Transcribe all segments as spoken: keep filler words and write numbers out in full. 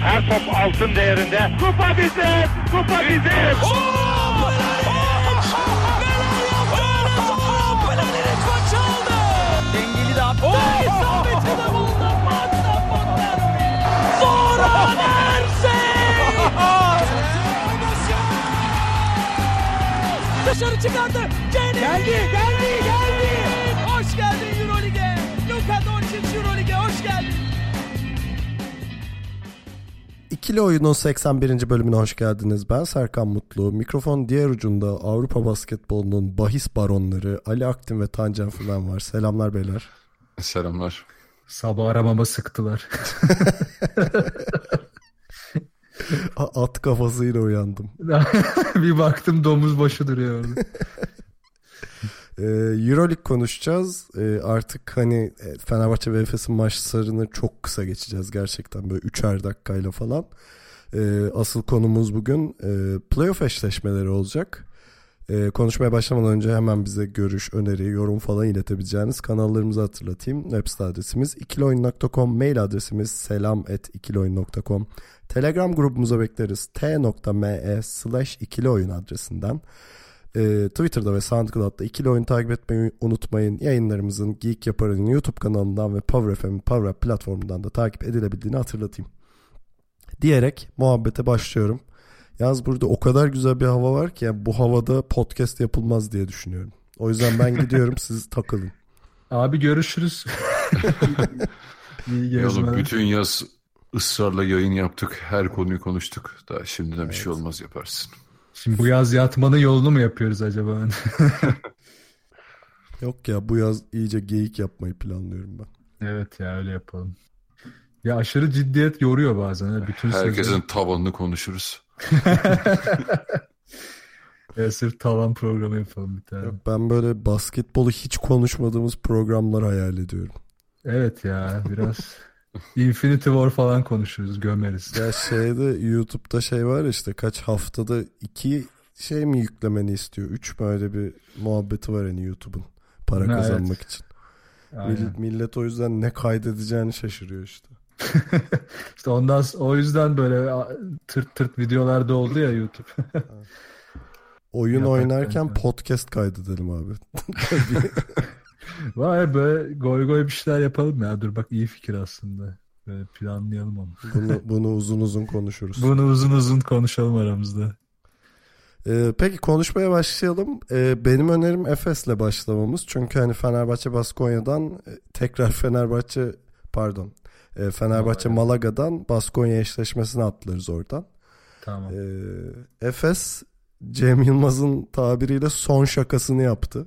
Her top altın değerinde. Kupa bizim, kupa bizim. Oh, Mladenovic maçı aldı. Dengeli de attı. İsabeti de buldu. Magda Fonterovic. Zoran Ersin. Dışarı çıkardı. Geldi, geldi, geldi. Hoş geldin Euroleague'e. Luka Doncic Euroleague'e hoş geldin. İkili Oyun'un seksen birinci bölümüne hoş geldiniz. Ben Serkan Mutlu. Mikrofon diğer ucunda Avrupa basketbolunun bahis baronları Ali Aktin ve Tancan Fümen var. Selamlar beyler. Selamlar. Sabah aramama sıktılar. At kafasıyla uyandım. Bir baktım domuz başı duruyor orada. Euroleague konuşacağız. Artık hani Fenerbahçe ve Efes'in maçlarını çok kısa geçeceğiz gerçekten, böyle üçer dakikayla falan. Asıl konumuz bugün playoff eşleşmeleri olacak. Konuşmaya başlamadan önce hemen bize görüş, öneri, yorum falan iletebileceğiniz kanallarımızı hatırlatayım. Web site adresimiz ikiloyun nokta com, mail adresimiz selam at ikiloyun nokta com. Telegram grubumuza bekleriz. t.me slash ikiloyun adresinden. Ee, Twitter'da ve SoundCloud'da ikili oyun takip etmeyi unutmayın. Yayınlarımızın Geek Yapar'ın YouTube kanalından ve Power F M'in Power Up platformundan da takip edilebildiğini hatırlatayım. Diyerek muhabbete başlıyorum. Yalnız burada o kadar güzel bir hava var ki yani bu havada podcast yapılmaz diye düşünüyorum. O yüzden ben gidiyorum, siz takılın. Abi görüşürüz. İyi Oğlum, bütün yaz ısrarla yayın yaptık. Her konuyu konuştuk. Daha şimdiden evet. Bir şey olmaz, yaparsın. Şimdi bu yaz yatmanın yolunu mu yapıyoruz acaba? Yok ya, bu yaz iyice geyik yapmayı planlıyorum ben. Evet ya, öyle yapalım. Ya aşırı ciddiyet yoruyor bazen. Bütün herkesin sezon... tavanını konuşuruz. Ya sırf tavan programı yapalım bir tane. Yok, ben böyle basketbolu hiç konuşmadığımız programlar hayal ediyorum. Evet ya, biraz Infinity War falan konuşuruz, gömeriz. Ya şeyde YouTube'da şey var işte, kaç haftada iki şey mi yüklemeni istiyor? Üç mü, öyle bir muhabbeti var hani YouTube'un para ha, kazanmak evet. için. Millet, millet o yüzden ne kaydedeceğini şaşırıyor işte. İşte ondan o yüzden böyle tırt tırt videolarda oldu ya YouTube. Oyun Yaparken oynarken yani. Podcast kaydedelim abi. Vay, böyle goy goy bir şeyler yapalım ya. Dur bak, iyi fikir aslında. Böyle planlayalım onu. Bunu, bunu uzun uzun konuşuruz. Bunu uzun uzun konuşalım aramızda. Ee, peki konuşmaya başlayalım. Ee, benim önerim Efes'le başlamamız. Çünkü hani Fenerbahçe Baskonya'dan tekrar Fenerbahçe pardon e, Fenerbahçe Malaga. Malaga'dan Baskonya eşleşmesine atlarız oradan. Tamam. Ee, Efes Cem Yılmaz'ın tabiriyle son şakasını yaptı.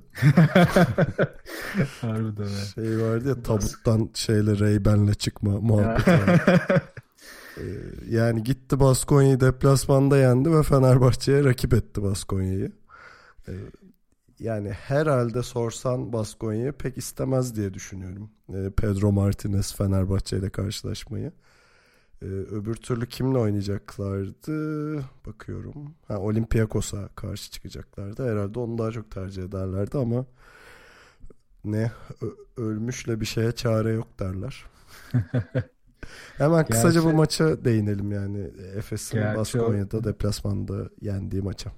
Harbiden ya. Şey vardı ya, tabuttan şeyle Ray-Ban'le çıkma muhabbeti. ee, yani gitti Baskonya'yı deplasmanda yendi ve Fenerbahçe'ye rakip etti Baskonya'yı. Ee, yani herhalde sorsan Baskonya'yı pek istemez diye düşünüyorum. Ee, Pedro Martinez Fenerbahçe ile karşılaşmayı. Ee, öbür türlü kimle oynayacaklardı? Bakıyorum. Ha, Olympiakos'a karşı çıkacaklardı. Herhalde onu daha çok tercih ederlerdi ama ne Ö- ölmüşle bir şeye çare yok derler. Hemen kısaca Gerçi... bu maça değinelim yani. Efes'in Gerçi Baskonya'da o... deplasmanda yendiği maça.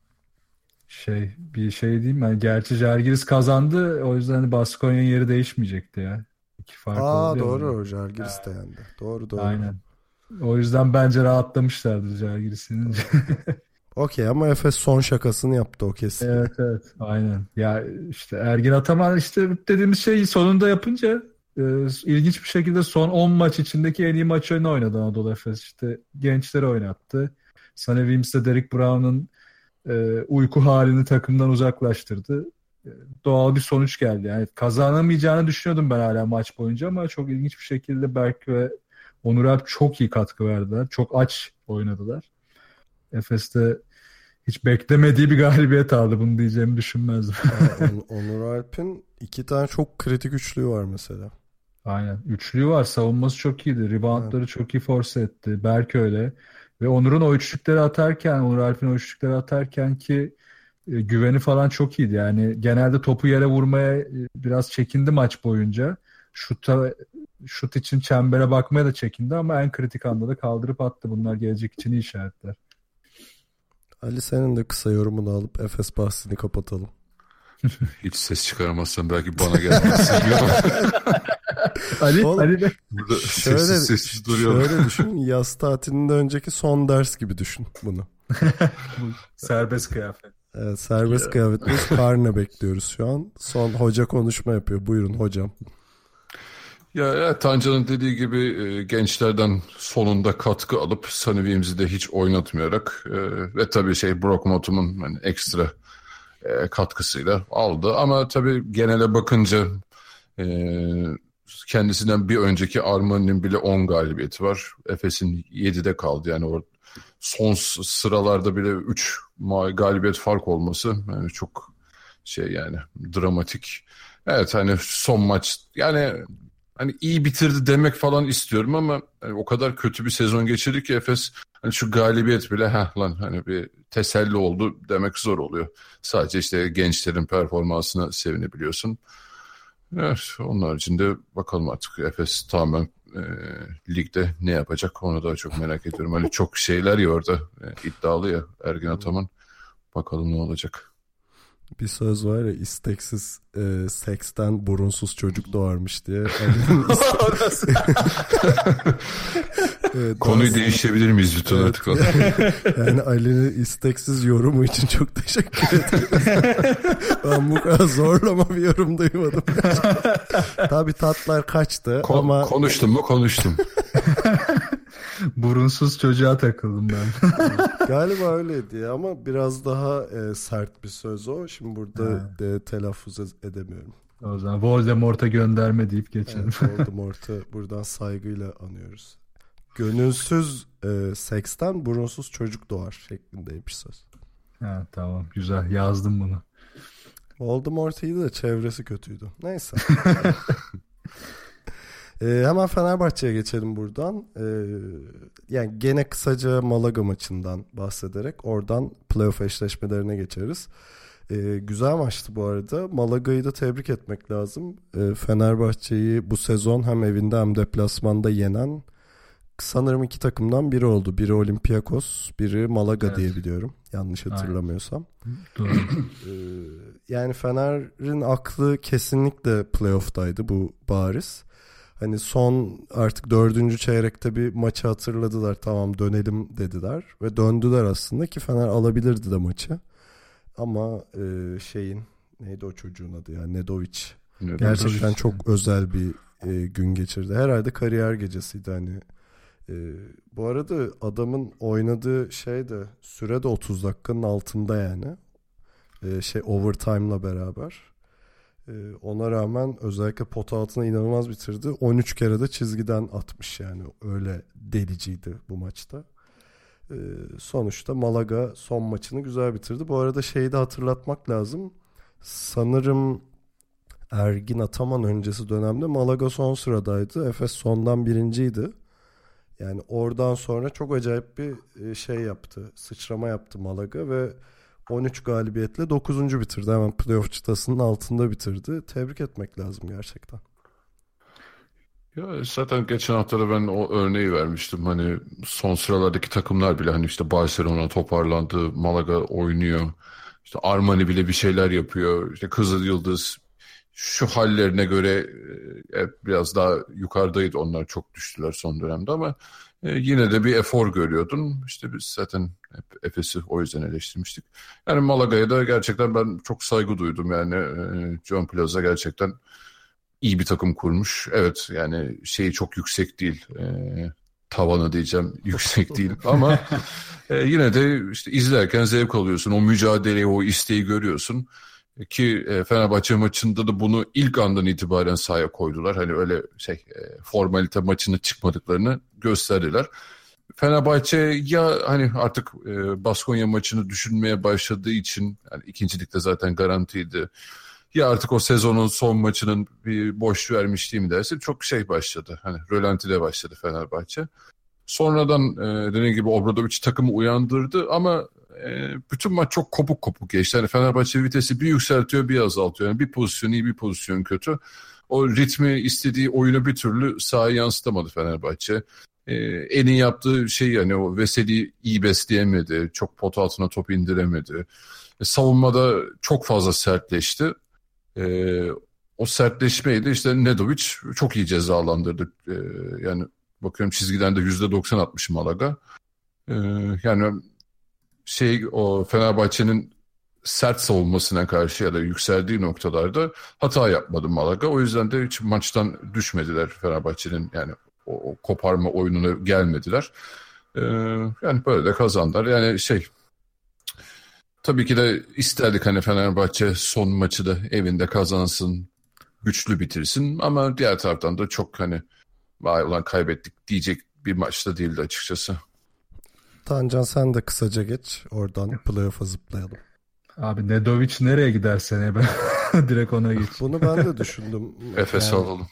Şey bir şey diyeyim ben. Gerçi Žalgiris kazandı. O yüzden hani Baskonya'nın yeri değişmeyecekti ya. İki fark Aa oldu doğru, Žalgiris de yendi. Doğru doğru. Aynen. O yüzden bence rahatlamışlardır Žalgiris'in. Okey, ama Efes son şakasını yaptı o kesin. Evet evet aynen. Ya işte Ergin Ataman işte dediğimiz şeyi sonunda yapınca e, ilginç bir şekilde son on maç içindeki en iyi maçını oynadı Anadolu Efes. İşte gençleri oynattı. Sonny Williams'le Derrick Brown'un e, uyku halini takımdan uzaklaştırdı. E, doğal bir sonuç geldi. Yani kazanamayacağını düşünüyordum ben hala maç boyunca ama çok ilginç bir şekilde Berk ve Onur Alp çok iyi katkı verdiler. Çok aç oynadılar. Efes'te hiç beklemediği bir galibiyet aldı. Bunu diyeceğimi düşünmezdim. Onur Alp'in iki tane çok kritik üçlüğü var mesela. Aynen. Üçlüğü var. Savunması çok iyiydi. Reboundları evet. çok iyi force etti. Berk öyle. Ve Onur'un o üçlükleri atarken, Onur Alp'in o üçlükleri atarken ki e, güveni falan çok iyiydi. Yani genelde topu yere vurmaya e, biraz çekindi maç boyunca. Şuta şut için çembere bakmaya da çekindi ama en kritik anda da kaldırıp attı. Bunlar gelecek için iyi işaretler. Ali senin de kısa yorumunu alıp Efes bahsini kapatalım. Hiç ses çıkaramazsan belki bana gelmezsin. Ali, Oğlum, Ali de Burada Şöyle, sessiz sessiz duruyor. şöyle düşün, yaz tatilinden önceki son ders gibi düşün bunu. serbest kıyafet. Evet, serbest kıyafetimiz karne bekliyoruz şu an. Son hoca konuşma yapıyor. Buyurun hocam. Ya, ya Tancan'ın dediği gibi e, gençlerden sonunda katkı alıp Sonny Williams'i de hiç oynatmayarak e, ve tabii şey Brock Motum'un hani ekstra e, katkısıyla aldı. Ama tabii genele bakınca e, kendisinden bir önceki Armani'nin bile on galibiyeti var. Efes'in yedide kaldı. Yani o son sıralarda bile üç galibiyet fark olması yani çok şey yani dramatik. Evet hani son maç yani hani iyi bitirdi demek falan istiyorum ama hani o kadar kötü bir sezon geçirdi ki Efes hani şu galibiyet bile ha lan hani bir teselli oldu demek zor oluyor. Sadece işte gençlerin performansına sevinebiliyorsun. Evet, onun haricinde bakalım artık Efes tamamen e, ligde ne yapacak onu da çok merak ediyorum. Hani çok şeyler ya orada e, iddialı ya Ergin Ataman. Bakalım ne olacak. Bir söz var ya, isteksiz e, seksten burunsuz çocuk doğarmış diye. Evet, Konuyu aslında, değiştirebilir miyiz lütfen evet. artık? Yani Ali'nin isteksiz yorumu için çok teşekkür ederim. Ben bu kadar zorlama bir yorum duymadım. Tabii tatlar kaçtı Kon- ama... Konuştum mu konuştum. Burunsuz çocuğa takıldım ben. Galiba öyleydi ya, ama biraz daha e, sert bir söz o. Şimdi burada de, telaffuz edemiyorum. O zaman Voldemort'a gönderme deyip geçelim. Evet, Voldemort'u buradan saygıyla anıyoruz. Gönülsüz e, seksten burunsuz çocuk doğar şeklindeymiş söz. Ha, tamam güzel, yazdım bunu. Voldemort iyiydi de çevresi kötüydü. Neyse. Ee, hemen Fenerbahçe'ye geçelim buradan. Ee, yani gene kısaca Malaga maçından bahsederek oradan playoff eşleşmelerine geçeriz. Ee, güzel maçtı bu arada. Malaga'yı da tebrik etmek lazım. Ee, Fenerbahçe'yi bu sezon hem evinde hem deplasmanda yenen sanırım iki takımdan biri oldu. Biri Olympiakos, biri Malaga evet. diye biliyorum. Yanlış hatırlamıyorsam. Doğru. Ee, yani Fener'in aklı kesinlikle playoff'taydı, bu bariz. Hani son artık dördüncü çeyrekte bir maçı hatırladılar. Tamam dönelim dediler. Ve döndüler aslında ki Fener alabilirdi de maçı. Ama e, şeyin neydi o çocuğun adı ya, Nedovic. Nedovic. Gerçekten çok özel bir e, gün geçirdi. Herhalde kariyer gecesiydi hani. E, bu arada adamın oynadığı şey de süre de otuz dakikanın altında yani. E, şey overtime'la beraber. Ona rağmen özellikle pot altına inanılmaz bitirdi. on üç kere de çizgiden atmış yani. Öyle deliciydi bu maçta. Ee, sonuçta Malaga son maçını güzel bitirdi. Bu arada şeyi de hatırlatmak lazım. Sanırım Ergin Ataman öncesi dönemde Malaga son sıradaydı. Efes sondan birinciydi. Yani oradan sonra çok acayip bir şey yaptı. Sıçrama yaptı Malaga ve on üç galibiyetle dokuzuncu bitirdi. Hemen playoff çıtasının altında bitirdi. Tebrik etmek lazım gerçekten. Ya zaten geçen hafta da ben o örneği vermiştim. Hani son sıralardaki takımlar bile hani işte Barcelona toparlandı, Malaga oynuyor. İşte Armani bile bir şeyler yapıyor. İşte Kızıl Yıldız şu hallerine göre e, biraz daha yukarıdaydı. Onlar çok düştüler son dönemde ama e, yine de bir efor görüyordun. İşte biz zaten hep Efes'i o yüzden eleştirmiştik. Yani Malaga'ya da gerçekten ben çok saygı duydum. Yani e, John Plaza gerçekten iyi bir takım kurmuş. Evet yani şeyi çok yüksek değil. E, tavanı diyeceğim yüksek değil ama e, yine de işte izlerken zevk alıyorsun. O mücadeleyi, o isteği görüyorsun. Ki e, Fenerbahçe maçında da bunu ilk andan itibaren sahaya koydular. Hani öyle şey e, formalite maçına çıkmadıklarını gösterdiler. Fenerbahçe ya hani artık e, Baskonya maçını düşünmeye başladığı için yani ikincilikte zaten garantiydi. Ya artık o sezonun son maçının bir boş vermişliği mi dersin? Çok şey başladı. Hani rölantide başladı Fenerbahçe. Sonradan e, dediğim gibi Obradoviç takımı uyandırdı ama e, bütün maç çok kopuk kopuk geçti. Yani Fenerbahçe vitesi bir yükseltiyor bir azaltıyor. Yani bir pozisyon iyi bir pozisyon kötü. o ritmi, istediği oyunu bir türlü sahaya yansıtamadı Fenerbahçe. Ee, en iyi yaptığı şey yani o Veseli'yi iyi besleyemedi. Çok pot altına top indiremedi. E, savunmada çok fazla sertleşti. Ee, o sertleşmeyi de işte Nedovic çok iyi cezalandırdı. Ee, yani bakıyorum çizgiden de yüzde doksan atmış Malaga. Ee, yani şey o Fenerbahçe'nin sert savunmasına karşı ya da yükseldiği noktalarda hata yapmadı Malaga. O yüzden de hiç maçtan düşmediler Fenerbahçe'nin yani o, o koparma oyununa gelmediler. Ee, yani böyle de kazandılar. Yani şey tabii ki de isterdik hani Fenerbahçe son maçı da evinde kazansın, güçlü bitirsin ama diğer taraftan da çok hani vay ulan kaybettik diyecek bir maçta değildi açıkçası. Tancan sen de kısaca geç oradan playoff'a zıplayalım. Abi Nedovic nereye gider seneye ben direkt ona geç. Bunu ben de düşündüm. Efes yani, alalım.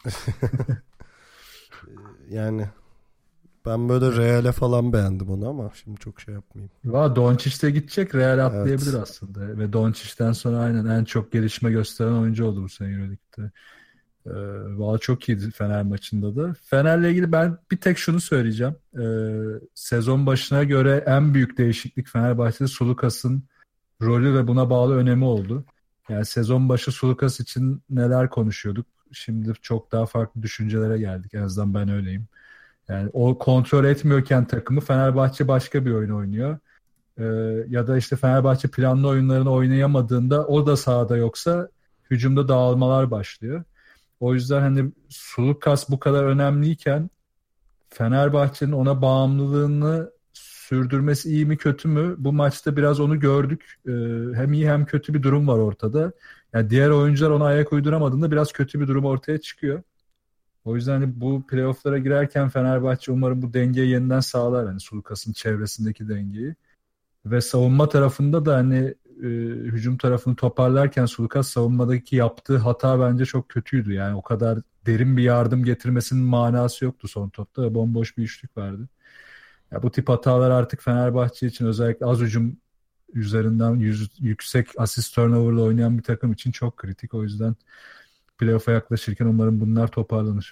yani ben böyle Real'e falan beğendim onu ama şimdi çok şey yapmayayım. Valla Doncic de gidecek, Real atlayabilir Evet. aslında. Ve Doncic'ten sonra aynen en çok gelişme gösteren oyuncu oldu bu sene Euroleague'de. Ee, Valla çok iyiydi Fener maçında da. Fener'le ilgili ben bir tek şunu söyleyeceğim. Ee, sezon başına göre en büyük değişiklik Fenerbahçe'de Sulukas'ın rolü ve buna bağlı önemi oldu. Yani sezon başı Sulukas için neler konuşuyorduk. Şimdi çok daha farklı düşüncelere geldik. En azından ben öyleyim. Yani o kontrol etmiyorken takımı Fenerbahçe başka bir oyun oynuyor. Ee, ya da işte Fenerbahçe planlı oyunlarını oynayamadığında o da sahada yoksa hücumda dağılmalar başlıyor. O yüzden hani Sulukas bu kadar önemliyken Fenerbahçe'nin ona bağımlılığını sürdürmesi iyi mi kötü mü? Bu maçta biraz onu gördük. Ee, hem iyi hem kötü bir durum var ortada. Yani diğer oyuncular ona ayak uyduramadığında biraz kötü bir durum ortaya çıkıyor. O yüzden hani bu playoff'lara girerken Fenerbahçe umarım bu dengeyi yeniden sağlar. Hani Sulukas'ın çevresindeki dengeyi. Ve savunma tarafında da hani e, hücum tarafını toparlarken Sulukas savunmadaki yaptığı hata bence çok kötüydü. Yani o kadar derin bir yardım getirmesinin manası yoktu son topta ve bomboş bir üçlük vardı. Ya bu tip hatalar artık Fenerbahçe için özellikle az hücum üzerinden yüz, yüksek asist turnover'la oynayan bir takım için çok kritik. O yüzden playoff'a yaklaşırken umarım bunlar toparlanır.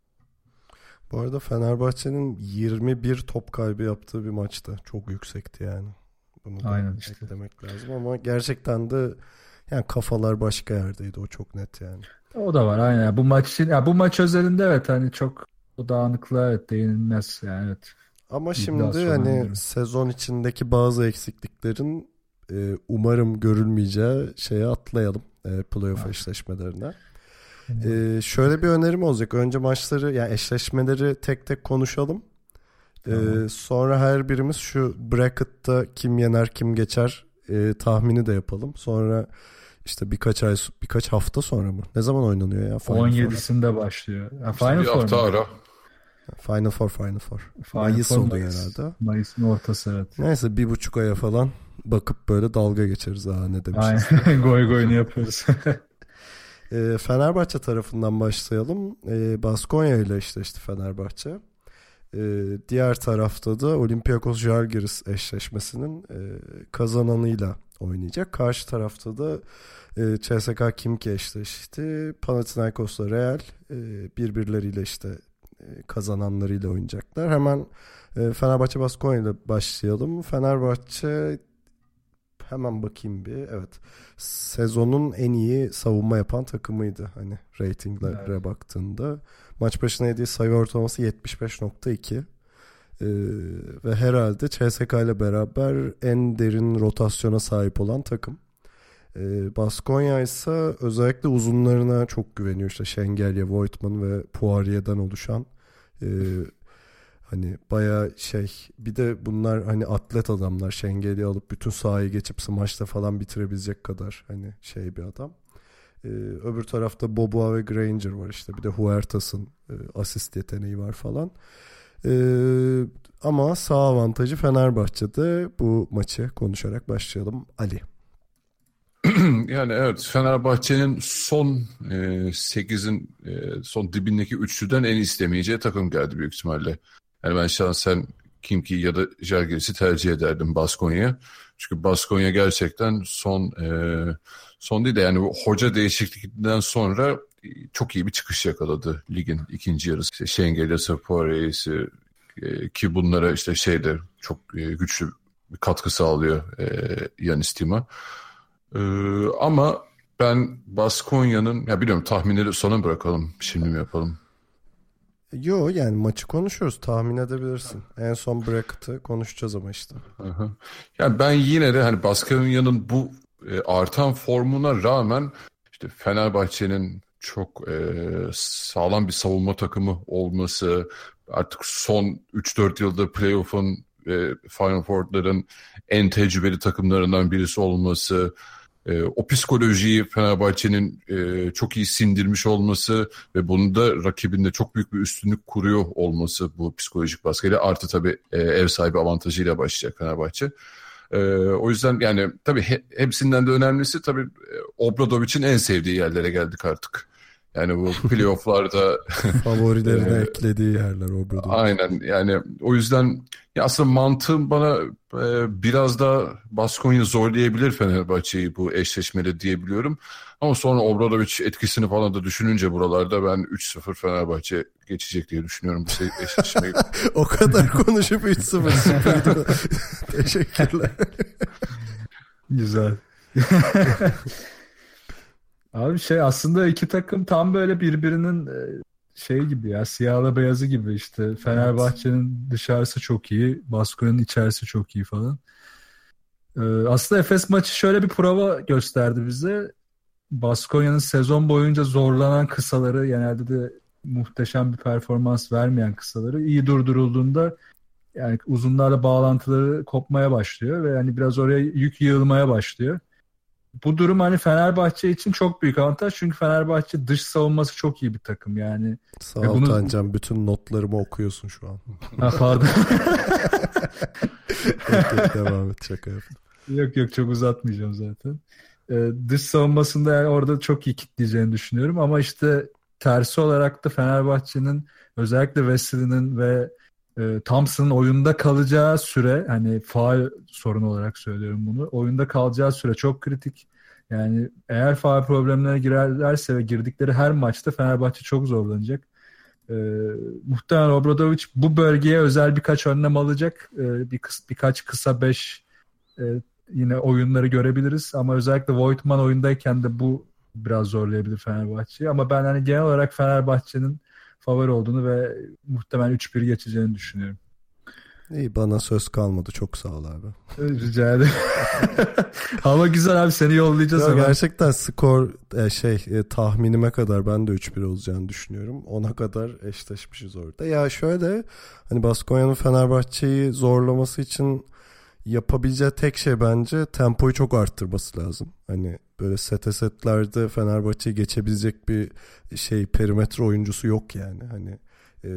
Bu arada Fenerbahçe'nin yirmi bir top kaybı yaptığı bir maçtı. Çok yüksekti yani. Bunu da Aynen işte. eklemek lazım ama gerçekten de yani kafalar başka yerdeydi. O çok net yani. O da var aynen. Bu maç için ya bu maç özelinde evet hani çok o dağınıklığa evet değinilmez yani evet. Ama İddia şimdi sonra hani bilirim. sezon içindeki bazı eksikliklerin e, umarım görülmeyeceği şeye atlayalım. E, playoff Evet. eşleşmelerine. E, şöyle bir önerim olacak. Önce maçları yani eşleşmeleri tek tek konuşalım. E, Tamam. sonra her birimiz şu bracket'ta kim yener kim geçer e, tahmini de yapalım. Sonra işte birkaç ay birkaç hafta sonra mı? Ne zaman oynanıyor ya? Final on Four? yedisinde başlıyor. Ya, İşte Final bir Four hafta mu? ara. Final Four, Final Four. Final Mayıs Four oluyor Mayıs. herhalde. Mayıs'ın ortası evet. Neyse bir buçuk aya falan bakıp böyle dalga geçeriz. Aa ne demişiz. Aynen. Goy goyunu yapıyoruz. E, Fenerbahçe tarafından başlayalım. E, Baskonya ile eşleşti Fenerbahçe. E, diğer tarafta da Olympiakos Žalgiris eşleşmesinin e, kazananıyla oynayacak. Karşı tarafta da e, C S K A Khimki eşleşti. Panathinaikos'la Real e, birbirleriyle işte e, kazananlarıyla oynayacaklar. Hemen e, Fenerbahçe Baskonya ile başlayalım. Fenerbahçe hemen bakayım bir. Evet. Sezonun en iyi savunma yapan takımıydı. Hani ratinglere Evet. baktığında. Maç başına yediği sayı ortalaması yetmiş beş nokta iki. Ee, ve herhalde C S K ile beraber en derin rotasyona sahip olan takım. Ee, Baskonya ise özellikle uzunlarına çok güveniyor. İşte Şengelye, Voigtman ve Poirier'den oluşan e, hani bayağı şey, bir de bunlar hani atlet adamlar. Şengelye alıp bütün sahayı geçip smaçta falan bitirebilecek kadar hani şey bir adam. Ee, öbür tarafta Boboa ve Granger var işte. Bir de Huertas'ın e, asist yeteneği var falan. Ee, ama sağ avantajı Fenerbahçe'de. Bu maçı konuşarak başlayalım. Ali. Yani evet Fenerbahçe'nin son e, sekizin e, son dibindeki üçlüden en istemeyeceği takım geldi büyük ihtimalle. Yani ben şahsen Khimki ya da Žalgiris'i tercih ederdim Baskonya'ya. Çünkü Baskonya gerçekten son e, son değil de yani bu hoca değişikliğinden sonra çok iyi bir çıkış yakaladı ligin ikinci yarısı. İşte Şengel'e, Poirier'si ki bunlara işte şeyde çok güçlü bir katkı sağlıyor e, Yannis Tima. E, ama ben Baskonya'nın, ya biliyorum tahminleri sona bırakalım, şimdi mi yapalım? Yo, yani maçı konuşuyoruz, tahmin edebilirsin. En son bracket'ı konuşacağız ama işte. Aha. Yani ben yine de hani Baskonya'nın bu e, artan formuna rağmen işte Fenerbahçe'nin çok e, sağlam bir savunma takımı olması, artık son üç dört yılda playoff'un e, Final Four'ların en tecrübeli takımlarından birisi olması, e, o psikolojiyi Fenerbahçe'nin e, çok iyi sindirmiş olması ve bunun da rakibinde çok büyük bir üstünlük kuruyor olması bu psikolojik baskıyla, artı tabii e, ev sahibi avantajıyla başlayacak Fenerbahçe. Ee, o yüzden yani tabii he, hepsinden de önemlisi tabii Obradovic'in en sevdiği yerlere geldik artık. Yani bu playoff'larda favorilerine eklediği yerler Obradovic. Aynen, yani o yüzden ya aslında mantığım bana e, biraz da Baskonya zorlayabilir Fenerbahçe'yi bu eşleşmede diyebiliyorum. Ama sonra Obradovic etkisini falan da düşününce buralarda ben üç sıfır Fenerbahçe geçecek diye düşünüyorum bu eşleşmeyi. O kadar konuşup üç sıfır süperdi. Teşekkürler. Güzel. Abi şey, aslında iki takım tam böyle birbirinin şey gibi ya, siyahla beyazı gibi işte. Fenerbahçe'nin evet. Dışarısı çok iyi, Baskonya'nın içerisi çok iyi falan. Ee, aslında Efes maçı şöyle bir prova gösterdi bize. Baskonya'nın sezon boyunca zorlanan kısaları, genelde de muhteşem bir performans vermeyen kısaları iyi durdurulduğunda yani uzunlarla bağlantıları kopmaya başlıyor ve yani biraz oraya yük yığılmaya başlıyor. Bu durum hani Fenerbahçe için çok büyük avantaj, çünkü Fenerbahçe dış savunması çok iyi bir takım yani. Sağ ol bunu... Tancan, bütün notlarımı okuyorsun şu an. Ha, pardon. Peki, devam et, şaka yaptım. Yok yok, çok uzatmayacağım zaten. Ee, dış savunmasında yani orada çok iyi kitleyeceğini düşünüyorum ama işte tersi olarak da Fenerbahçe'nin özellikle Wesley'nin ve e, Thompson'ın oyunda kalacağı süre, hani faul sorunu olarak söylüyorum bunu, oyunda kalacağı süre çok kritik. Yani eğer faul problemlerine girerlerse ve girdikleri her maçta Fenerbahçe çok zorlanacak. E, muhtemelen Obradovic bu bölgeye özel birkaç önlem alacak. E, bir, birkaç kısa beş e, yine oyunları görebiliriz ama özellikle Voigtman oyundayken de bu biraz zorlayabilir Fenerbahçe'yi. Ama ben hani genel olarak Fenerbahçe'nin favori olduğunu ve muhtemelen üç bir geçeceğini düşünüyorum. İyi, bana söz kalmadı. Çok sağ ol abi. Rica ederim. Hava güzel abi, seni yollayacağız ya hemen. Gerçekten skor e, şey e, tahminime kadar ben de üç bir olacağını düşünüyorum. Ona kadar eşleşmişiz orada. Ya şöyle, hani Baskonya'nın Fenerbahçe'yi zorlaması için yapabileceği tek şey bence tempoyu çok arttırması lazım. Hani böyle sete setlerde Fenerbahçe'yi geçebilecek bir şey, perimetre oyuncusu yok yani. Hani e,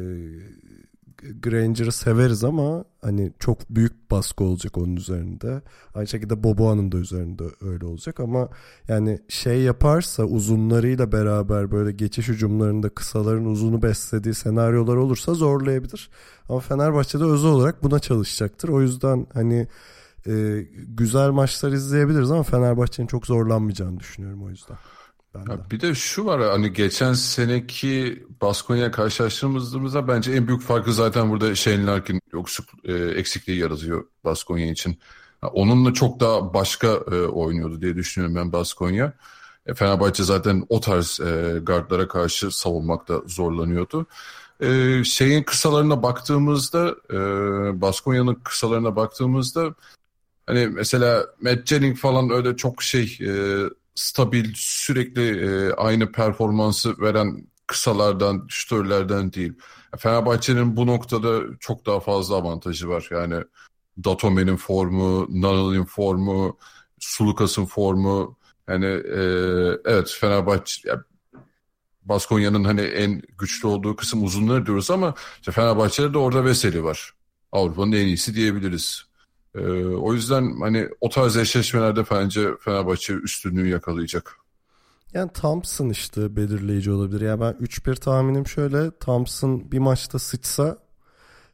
Granger'ı severiz ama hani çok büyük baskı olacak onun üzerinde. Aynı şekilde Boboa'nın da üzerinde öyle olacak ama yani şey yaparsa, uzunlarıyla beraber böyle geçiş hücumlarında kısaların uzunu beslediği senaryolar olursa zorlayabilir. Ama Fenerbahçe'de özel olarak buna çalışacaktır. O yüzden hani e, güzel maçlar izleyebiliriz ama Fenerbahçe'nin çok zorlanmayacağını düşünüyorum o yüzden. Ya bir de şu var, hani geçen seneki Baskonya karşılaştığımızda bence en büyük farkı zaten burada Shane Larkin yoksuk e, eksikliği yaratıyor Baskonya için. Ya onunla çok daha başka e, oynuyordu diye düşünüyorum ben Baskonya. E, Fenerbahçe zaten o tarz e, guardlara karşı savunmakta zorlanıyordu. E, şeyin kısalarına baktığımızda, e, Baskonya'nın kısalarına baktığımızda hani mesela Matt Jennings falan öyle çok şey e, stabil, sürekli e, aynı performansı veren kısalardan, şütörlerden değil. Fenerbahçe'nin bu noktada çok daha fazla avantajı var. Yani Datome'nin formu, Nanal'in formu, Sulukas'ın formu. Yani e, evet, Fenerbahçe, yani Baskonya'nın hani en güçlü olduğu kısım uzunları diyoruz ama işte Fenerbahçe'de de orada Veseli var. Avrupa'nın en iyisi diyebiliriz. Ee, o yüzden hani o tarz eşleşmelerde bence Fenerbahçe üstünlüğü yakalayacak. Yani Thompson işte belirleyici olabilir. Yani ben üç bir tahminim şöyle: Thompson bir maçta sıçsa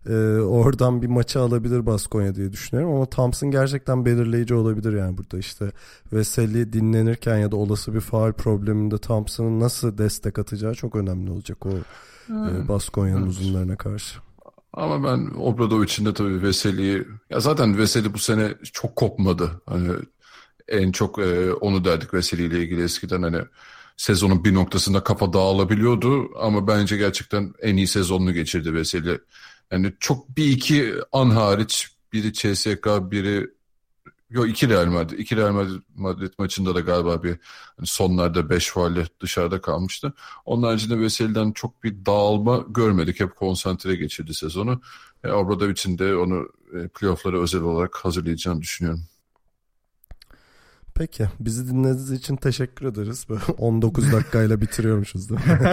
Ee, oradan bir maçı alabilir Baskonya diye düşünüyorum ama Thompson gerçekten belirleyici olabilir yani burada işte Veseli dinlenirken ya da olası bir faul probleminde Thompson'ın nasıl destek atacağı çok önemli olacak o hmm. e, Baskonya'nın evet. uzunlarına karşı. Ama ben Obradovic'in de tabii Veseli'yi ya zaten Veseli bu sene çok kopmadı. Hani en çok e, onu derdik Veseli ile ilgili eskiden hani sezonun bir noktasında kafa dağılabiliyordu ama bence gerçekten en iyi sezonunu geçirdi Veseli. Yani çok bir iki an hariç biri C S K biri yok iki Real Madrid iki Real Madrid, Madrid maçında da galiba bir hani sonlarda beş faulle dışarıda kalmıştı. Onun haricinde Veseli'den çok bir dağılma görmedik. Hep konsantre geçirdi sezonu. E, Obradovic'in de onu e, playoff'lara özel olarak hazırlayacağını düşünüyorum. Peki. Bizi dinlediğiniz için teşekkür ederiz. Böyle on dokuz dakikayla bitiriyormuşuz değil mi?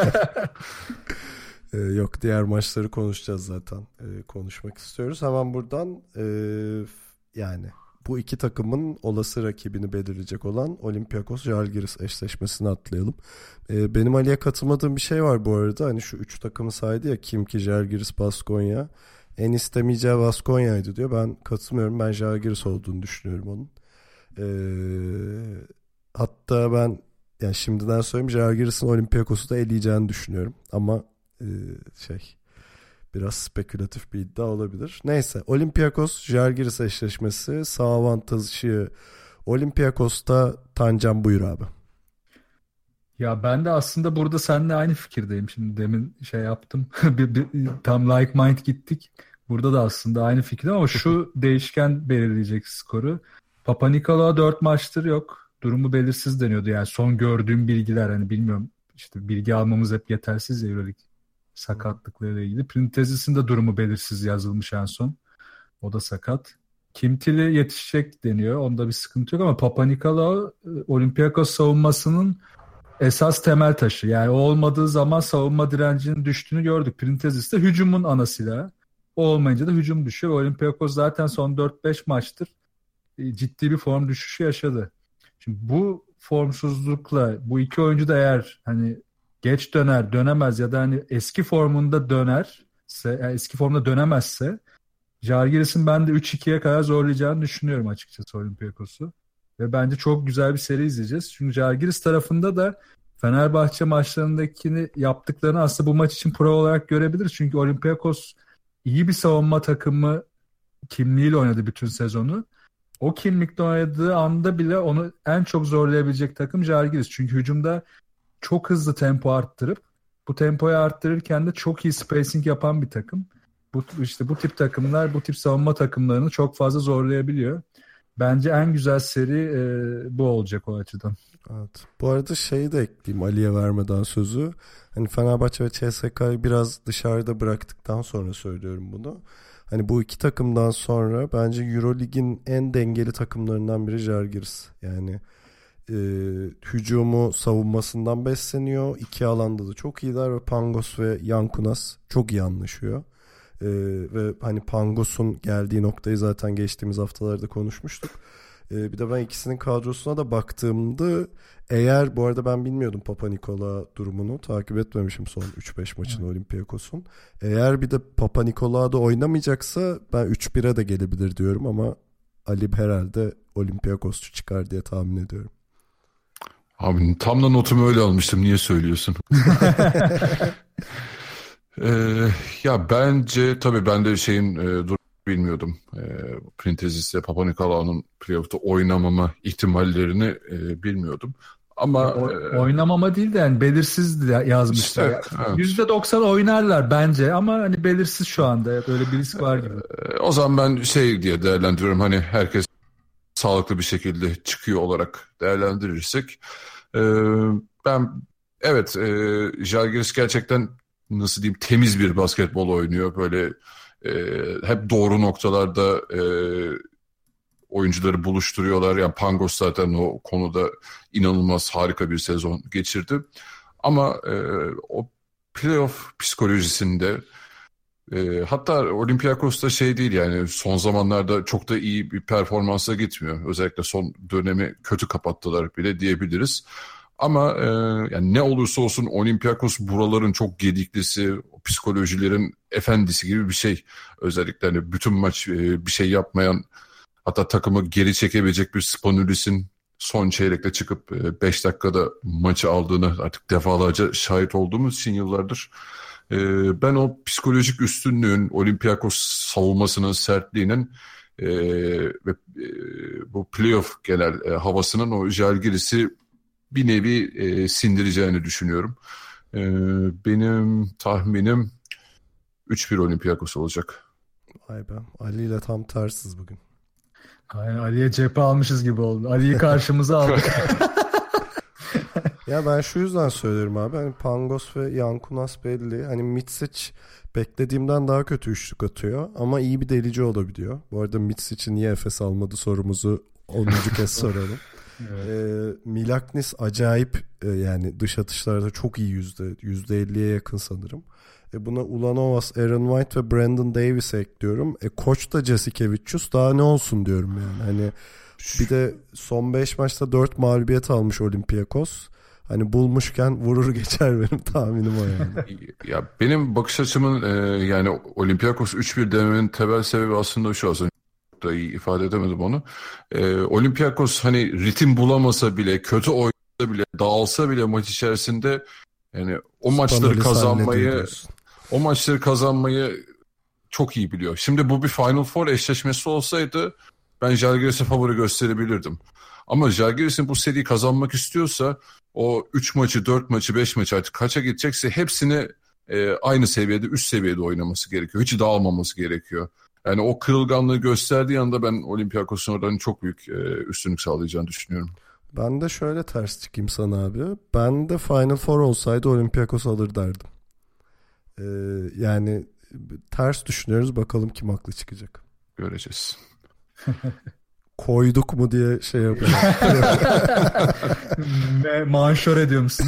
ee, yok diğer maçları konuşacağız zaten. Ee, konuşmak istiyoruz. Hemen buradan e, yani bu iki takımın olası rakibini belirleyecek olan Olympiakos-Žalgiris eşleşmesini atlayalım. Ee, benim Ali'ye katılmadığım bir şey var bu arada. Hani şu üç takımı saydı ya Khimki, Žalgiris, Baskonya. En istemeyeceği Baskonya'ydı diyor. Ben katılmıyorum. Ben Žalgiris olduğunu düşünüyorum onun. Ee, hatta ben yani şimdiden söyleyeyim Žalgiris'in Olympiakos'u da eleyeceğini düşünüyorum. Ama e, şey biraz spekülatif bir iddia olabilir. Neyse Olympiakos-Žalgiris eşleşmesi sağ avantajı Olympiakos'ta. Tancan buyur abi. Ya ben de aslında burada seninle aynı fikirdeyim. Şimdi demin şey yaptım. bir, bir, tam like mind gittik. Burada da aslında aynı fikirdeyim ama şu değişken belirleyecek skoru. Papanikolaou dört maçtır yok. Durumu belirsiz deniyordu. Yani son gördüğüm bilgiler hani bilmiyorum işte bilgi almamız hep yetersiz ya Euroleague sakatlıklarıyla ilgili. Printezis'in de durumu belirsiz yazılmış en son. O da sakat. Kimtili yetişecek deniyor. Onda bir sıkıntı yok ama Papanikolaou Olympiakos savunmasının esas temel taşı. Yani o olmadığı zaman savunma direncinin düştüğünü gördük. Printezis de hücumun ana silahı. O olmayınca da hücum düşüyor. Olympiakos zaten son dört beş maçtır ciddi bir form düşüşü yaşadı. Şimdi bu formsuzlukla bu iki oyuncu da eğer hani geç döner, dönemez ya da hani eski formunda dönerse, yani eski formda dönemezse Žalgiris'in ben de üç ikiye kadar zorlayacağını düşünüyorum açıkçası Olympiakos'u. Ve bence çok güzel bir seri izleyeceğiz. Çünkü Žalgiris tarafında da Fenerbahçe maçlarındakini yaptıklarını aslında bu maç için prova olarak görebiliriz. Çünkü Olympiakos iyi bir savunma takımı kimliğiyle oynadı bütün sezonu. O kimlikle oynadığı anda bile onu en çok zorlayabilecek takım Žalgiris. Çünkü hücumda çok hızlı tempo arttırıp bu tempoyu arttırırken de çok iyi spacing yapan bir takım. Bu işte bu tip takımlar, bu tip savunma takımlarını çok fazla zorlayabiliyor. Bence en güzel seri e, bu olacak o açıdan. Evet. Bu arada şeyi de ekleyeyim Ali'ye vermeden sözü. Hani Fenerbahçe ve C S K'yı biraz dışarıda bıraktıktan sonra söylüyorum bunu. Hani bu iki takımdan sonra bence Eurolig'in en dengeli takımlarından biri Žalgiris. Yani e, hücumu savunmasından besleniyor. İki alanda da çok iyiler ve Pangos ve Yankunas çok iyi anlaşıyor. E, ve hani Pangos'un geldiği noktayı zaten geçtiğimiz haftalarda konuşmuştuk. E, bir de ben ikisinin kadrosuna da baktığımda eğer bu arada ben bilmiyordum Papanikolaou durumunu takip etmemişim son üç beş maçını hmm. Olympiakos'un. Eğer bir de Papanikolaou da oynamayacaksa ben üç bire de gelebilir diyorum ama Ali herhalde Olympiakos'u çıkar diye tahmin ediyorum. Abi tam da notumu öyle almıştım. Niye söylüyorsun? ee, ya bence tabii ben de şeyin e, durumu bilmiyordum. E, Printezis ile Papanikolaou'nun playoff'ta oynamama ihtimallerini e, bilmiyordum. Ama o, e, oynamama değil de yani belirsiz yazmışlar. Işte, evet. yüzde doksan oynarlar bence ama hani belirsiz şu anda. Böyle bir risk var gibi. E, o zaman ben şey diye değerlendiriyorum. Hani herkes sağlıklı bir şekilde çıkıyor olarak değerlendirirsek. E, ben evet e, Žalgiris gerçekten nasıl diyeyim temiz bir basketbol oynuyor. Böyle e, hep doğru noktalarda e, oyuncuları buluşturuyorlar. Yani Pangos zaten o konuda inanılmaz harika bir sezon geçirdi. Ama e, o playoff psikolojisinde e, hatta Olympiakos'ta şey değil yani son zamanlarda çok da iyi bir performansa gitmiyor. Özellikle son dönemi kötü kapattılar bile diyebiliriz. Ama e, yani ne olursa olsun Olympiakos buraların çok gediklisi, psikolojilerin efendisi gibi bir şey. Özellikle hani bütün maç e, bir şey yapmayan, hatta takımı geri çekebilecek bir Spanulis'in son çeyrekte çıkıp beş dakikada maçı aldığını artık defalarca şahit olduğumuz için yıllardır. E, ben o psikolojik üstünlüğün, Olympiakos savunmasının sertliğinin e, ve e, bu playoff genel e, havasının o Žalgiris'i bir nevi e, sindireceğini düşünüyorum. E, benim tahminim üç bir Olympiakos olacak. Vay be. Ali ile tam tersiz bugün. Aynen, Ali'ye cephe almışız gibi oldu. Ali'yi karşımıza aldık. Ya ben şu yüzden söylüyorum abi. Hani Pangos ve Yankunas belli. Hani Mitsic beklediğimden daha kötü üçlük atıyor. Ama iyi bir delici olabiliyor. Bu arada Mitsic'i niye Efes almadı sorumuzu onuncu kez soralım. Evet. E, Milaknis acayip e, yani dış atışlarda çok iyi yüzde. Yüzde elliye yakın sanırım. E, buna Ulanovas, Aaron White ve Brandon Davis'e ekliyorum. E, koç da Jasikevicius, daha ne olsun diyorum yani. Hani bir de son beş maçta dört mağlubiyet almış Olympiakos. Hani bulmuşken vurur geçer, benim tahminim o yani. Ya benim bakış açımın e, yani Olympiakos üç bir dememin temel sebebi aslında şu, aslında da iyi ifade edemedim onu. E, Olympiakos hani ritim bulamasa bile, kötü oynasa bile, dağılsa bile maç içerisinde yani o maçları kazanmayı o maçları kazanmayı çok iyi biliyor. Şimdi bu bir Final Four eşleşmesi olsaydı ben Žalgiris'e favori gösterebilirdim. Ama Žalgiris'in bu seriyi kazanmak istiyorsa o üç maçı, dört maçı, beş maçı artık kaça gidecekse hepsini e, aynı seviyede, üst seviyede oynaması gerekiyor. Hiç dağılmaması gerekiyor. Yani o kırılganlığı gösterdiği anda ben Olympiakos'un oradan çok büyük e, üstünlük sağlayacağını düşünüyorum. Ben de şöyle ters çıkayım sana abi. Ben de Final Four olsaydı Olympiakos alır derdim. Ee, yani ters düşünüyoruz, bakalım kim haklı çıkacak. Göreceğiz. Koyduk mu diye şey yapalım. Manşör ediyor musun?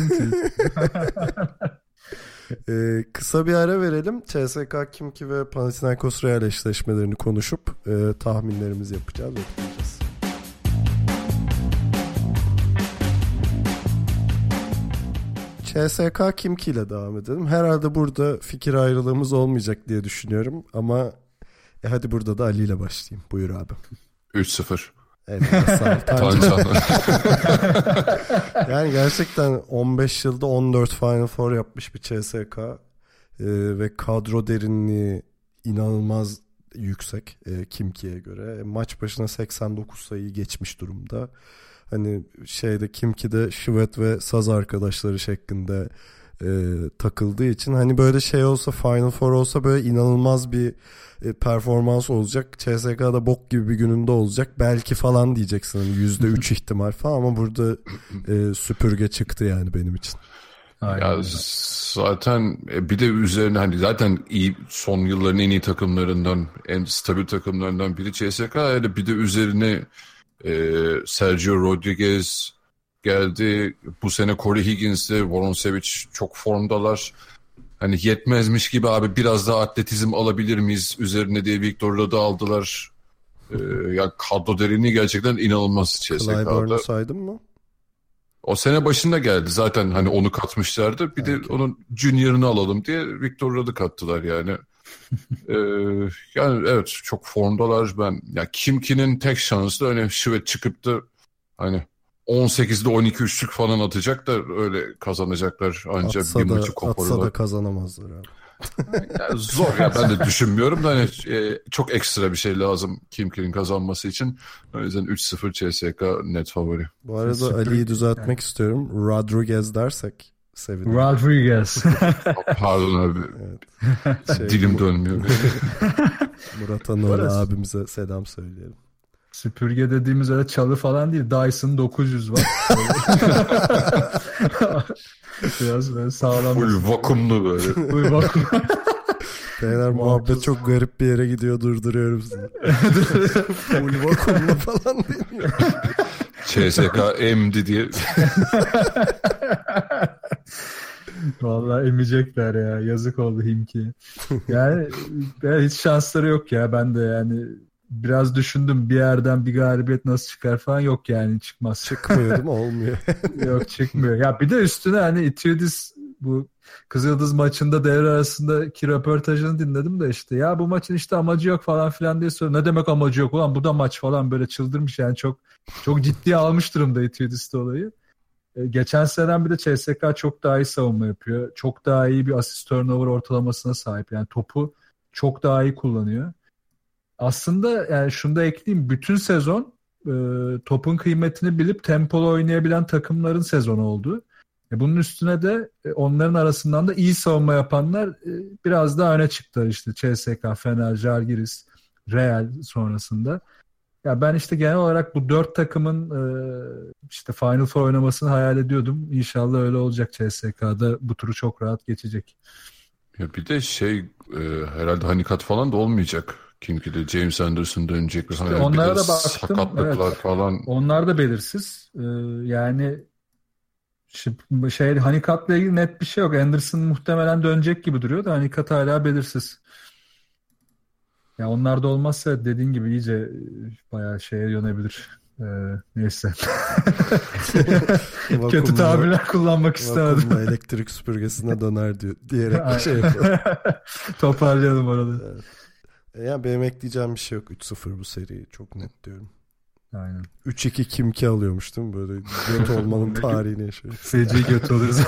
ee, kısa bir ara verelim. C S K A, Khimki ve Panathinaikos Real eşleşmelerini konuşup e, tahminlerimizi yapacağız ve bitireceğiz. C S K A Khimki ile devam edelim. Herhalde burada fikir ayrılığımız olmayacak diye düşünüyorum ama e, hadi burada da Ali ile başlayayım. Buyur abi. üç sıfır. Evet, sağ ol. Yani gerçekten on beş yılda on dört Final Four yapmış bir C S K A ee, ve kadro derinliği inanılmaz yüksek e, Khimki'ye göre. E, maç başına seksen dokuz sayıyı geçmiş durumda. Hani şeyde Khimki'de Şivet ve Saz arkadaşları şeklinde e, takıldığı için hani böyle şey olsa, Final Four olsa böyle inanılmaz bir e, performans olacak. C S K A'da bok gibi bir gününde olacak. Belki falan diyeceksin. Hani yüzde üç ihtimal falan ama burada e, süpürge çıktı yani benim için. Aynen. Ya zaten bir de üzerine hani zaten iyi, son yılların en iyi takımlarından, en stabil takımlarından biri C S K A. Yani bir de üzerine e, Sergio Rodriguez geldi. Bu sene Corey Higgins'le Voronsevic çok formdalar. Hani yetmezmiş gibi abi biraz daha atletizm alabilir miyiz üzerine diye Victor Rudd'ı aldılar. Ee, yani kadro derinliği gerçekten inanılmaz C S K A'da. Clyburn'u saydın mı? O sene başında geldi zaten, hani onu katmışlardı. Bir de okay, onun junior'ını alalım diye Victor Rudd'ı kattılar yani. ee, yani evet çok formdalar. Ben ya Khimki'nin tek şansı da hani Şivet çıkıp da hani on sekizde on iki üçlük falan atacak da öyle kazanacaklar, ancak atsa bir da, maçı koparırlar. Atsa da kazanamazlar abi. Yani zor ya, ben de düşünmüyorum da hani e, çok ekstra bir şey lazım Khimki'nin kazanması için. O yüzden üç sıfır C S K A net favori. Bu arada Süper. Ali'yi düzeltmek yani istiyorum. Rodriguez dersek sevinirim. Rodriguez. Pardon abi. Evet. Şey, dilim dönmüyor. Murat Anoğlu abimize selam söyleyelim. Süpürge dediğimiz öyle çalı falan değil. Dyson dokuz yüz var. Biraz böyle sağlam. Full vakumlu böyle. Full vakum. Beyler muhabbet çok garip bir yere gidiyor, durduruyorum sizi. Full vakumlu falan deniyor. C S K emdi diye. Vallahi emecekler ya. Yazık oldu Khimki'ye. Yani hiç şansları yok ya. Ben de yani biraz düşündüm bir yerden bir galibiyet nasıl çıkar falan, yok yani çıkmaz. Çıkmıyor değil mi? Olmuyor. Yok çıkmıyor. Ya bir de üstüne hani Itiudis bu Kızıldız maçında devre arasındaki röportajını dinledim de işte ya bu maçın işte amacı yok falan filan diye soruyor. Ne demek amacı yok ulan, bu da maç falan, böyle çıldırmış yani, çok çok ciddiye almış durumda Itiudis olayı. Ee, geçen seneden bir de C S K çok daha iyi savunma yapıyor. Çok daha iyi bir asist turnover ortalamasına sahip. Yani topu çok daha iyi kullanıyor. Aslında yani şunu da ekleyeyim, bütün sezon e, topun kıymetini bilip tempolu oynayabilen takımların sezonu oldu. E, bunun üstüne de e, onların arasından da iyi savunma yapanlar e, biraz daha öne çıktılar, işte C S K, Fener, Žalgiris, Real sonrasında. Ya ben işte genel olarak bu dört takımın e, işte Final Four oynamasını hayal ediyordum. İnşallah öyle olacak, C S K'da bu turu çok rahat geçecek. Ya bir de şey e, herhalde Hanikat falan da olmayacak. Çünkü de James Anderson dönecek. İşte Hani onlara bir de da baktım. sakatlıklar Evet. falan. Onlar da belirsiz. Ee, yani şi- şey Hanikat'la ilgili net bir şey yok. Anderson muhtemelen dönecek gibi duruyor da Hanikat hala belirsiz. Ya onlar da olmazsa dediğin gibi iyice e, bayağı şeye yönebilir. Ee, neyse. Kötü Vakumlu- tabirler kullanmak istemedim. Vakumlu elektrik süpürgesine döner diyor, diyerek bir Aynen. şey yapalım. Toparlayalım orada. Evet. Yani benim ekleyeceğim bir şey yok. üç sıfır bu seri. Çok net diyorum. Aynen. üç iki kim ki alıyormuş değil mi? Böyle göt olmanın tarihini yaşıyor. Feci kötü oluruz.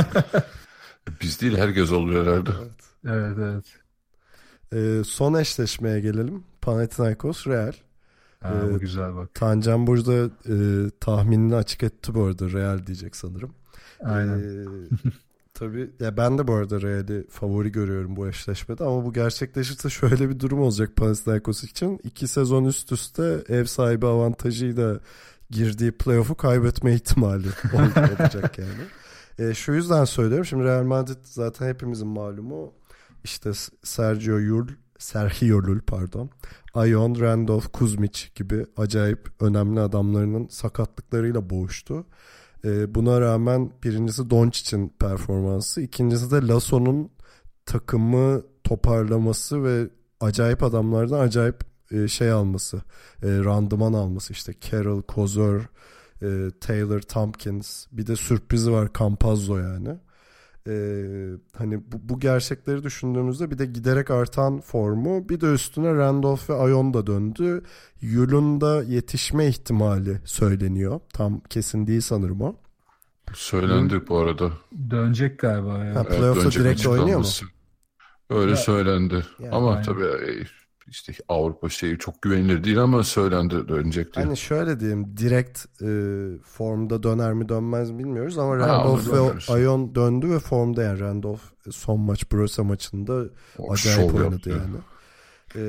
Biz değil, herkes oluyor herhalde. Evet. Evet evet. Ee, son eşleşmeye gelelim. Panathinaikos Real. Ha, Ee, bu güzel bak. Tancan burada e, tahminini açık etti bu arada. Real diyecek sanırım. Aynen. Ee, tabii ya ben de bu arada Real'i favori görüyorum bu eşleşmede, ama bu gerçekleşirse şöyle bir durum olacak Panathinaikos için. İki sezon üst üste ev sahibi avantajıyla girdiği playoff'u kaybetme ihtimali olacak yani. E, şu yüzden söylüyorum. Şimdi Real Madrid zaten hepimizin malumu. İşte Sergio Llull, Sergio Llull pardon. Ion, Randolph, Kuzmic gibi acayip önemli adamlarının sakatlıklarıyla boğuştu. E, buna rağmen birincisi Doncic'in performansı, ikincisi de Lasso'nun takımı toparlaması ve acayip adamlardan acayip e, şey alması, e, randıman alması. İşte Carroll, Kozor, e, Taylor, Tompkins, bir de sürprizi var Campazzo yani. E, hani bu, bu gerçekleri düşündüğümüzde bir de giderek artan formu, bir de üstüne Randolph ve Ion da döndü. Yul'un da yetişme ihtimali söyleniyor. Tam kesin değil sanırım o. Söylendik bu arada. Dönecek galiba ya. Ha, Evet, playoff'ta dönecek direkt oynuyor mu? açıklanması. Öyle Ya, söylendi. yani ama aynen. tabii e, işte Avrupa şeyi çok güvenilir değil ama söylendi dönecek diye. Hani şöyle diyeyim, direkt e, formda döner mi dönmez mi bilmiyoruz ama Ha, Randolph onu döneriz. ve Ion döndü ve formda. Yani Randolph son maç Brose maçında O acayip şov oynadı yaptı. yani. E,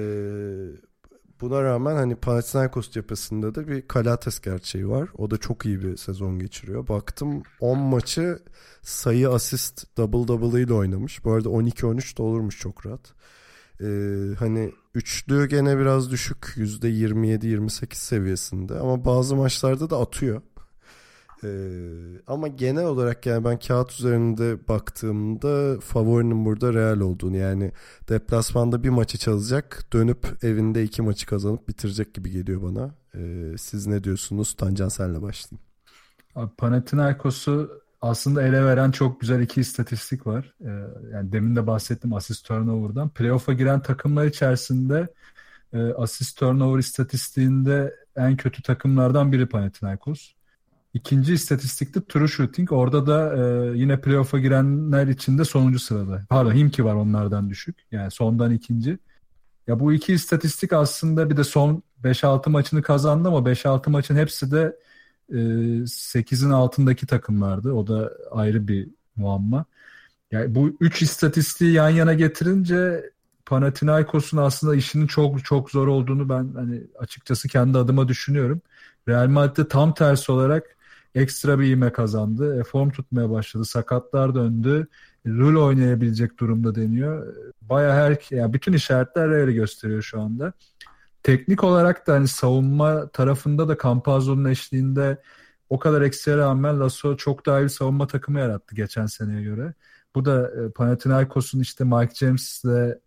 buna rağmen hani Panathinaikos cephesinde de bir Kalates gerçeği var. O da çok iyi bir sezon geçiriyor. Baktım on maçı sayı, asist, double double ile oynamış. Bu arada on iki on üç de olurmuş çok rahat. Ee, hani üçlü gene biraz düşük, yüzde yirmi yedi yirmi sekiz seviyesinde, ama bazı maçlarda da atıyor. Ee, ama genel olarak yani ben kağıt üzerinde baktığımda favorinin burada Real olduğunu, yani deplasmanda bir maçı çalacak, dönüp evinde iki maçı kazanıp bitirecek gibi geliyor bana. Ee, siz ne diyorsunuz? Tancan, senle başlayayım. Abi Panathinaikos'u aslında ele veren çok güzel iki istatistik var. Ee, yani demin de bahsettim asist turnover'dan. Playoff'a giren takımlar içerisinde e, asist turnover istatistiğinde en kötü takımlardan biri Panathinaikos. İkinci istatistikte true shooting. Orada da e, yine playoff'a girenler içinde sonuncu sırada. Pardon, Himki var onlardan düşük. Yani sondan ikinci. Ya bu iki istatistik aslında, bir de son beş altı maçını kazandı ama beş altı maçın hepsi de sekizin altındaki takımlardı. O da ayrı bir muamma. Yani bu üç istatistiği yan yana getirince Panathinaikos'un aslında işinin çok çok zor olduğunu ben hani açıkçası kendi adıma düşünüyorum. Real Madrid'de tam tersi olarak ekstra bir ivme kazandı. E, form tutmaya başladı. Sakatlar döndü. Rol oynayabilecek durumda deniyor. Bayağı her, yani bütün işaretler Real'i gösteriyor şu anda. Teknik olarak da hani savunma tarafında da Campazzo'nun eşliğinde o kadar eksiğe rağmen Lasso çok daha iyi bir savunma takımı yarattı geçen seneye göre. Bu da Panathinaikos'un işte Mike James'le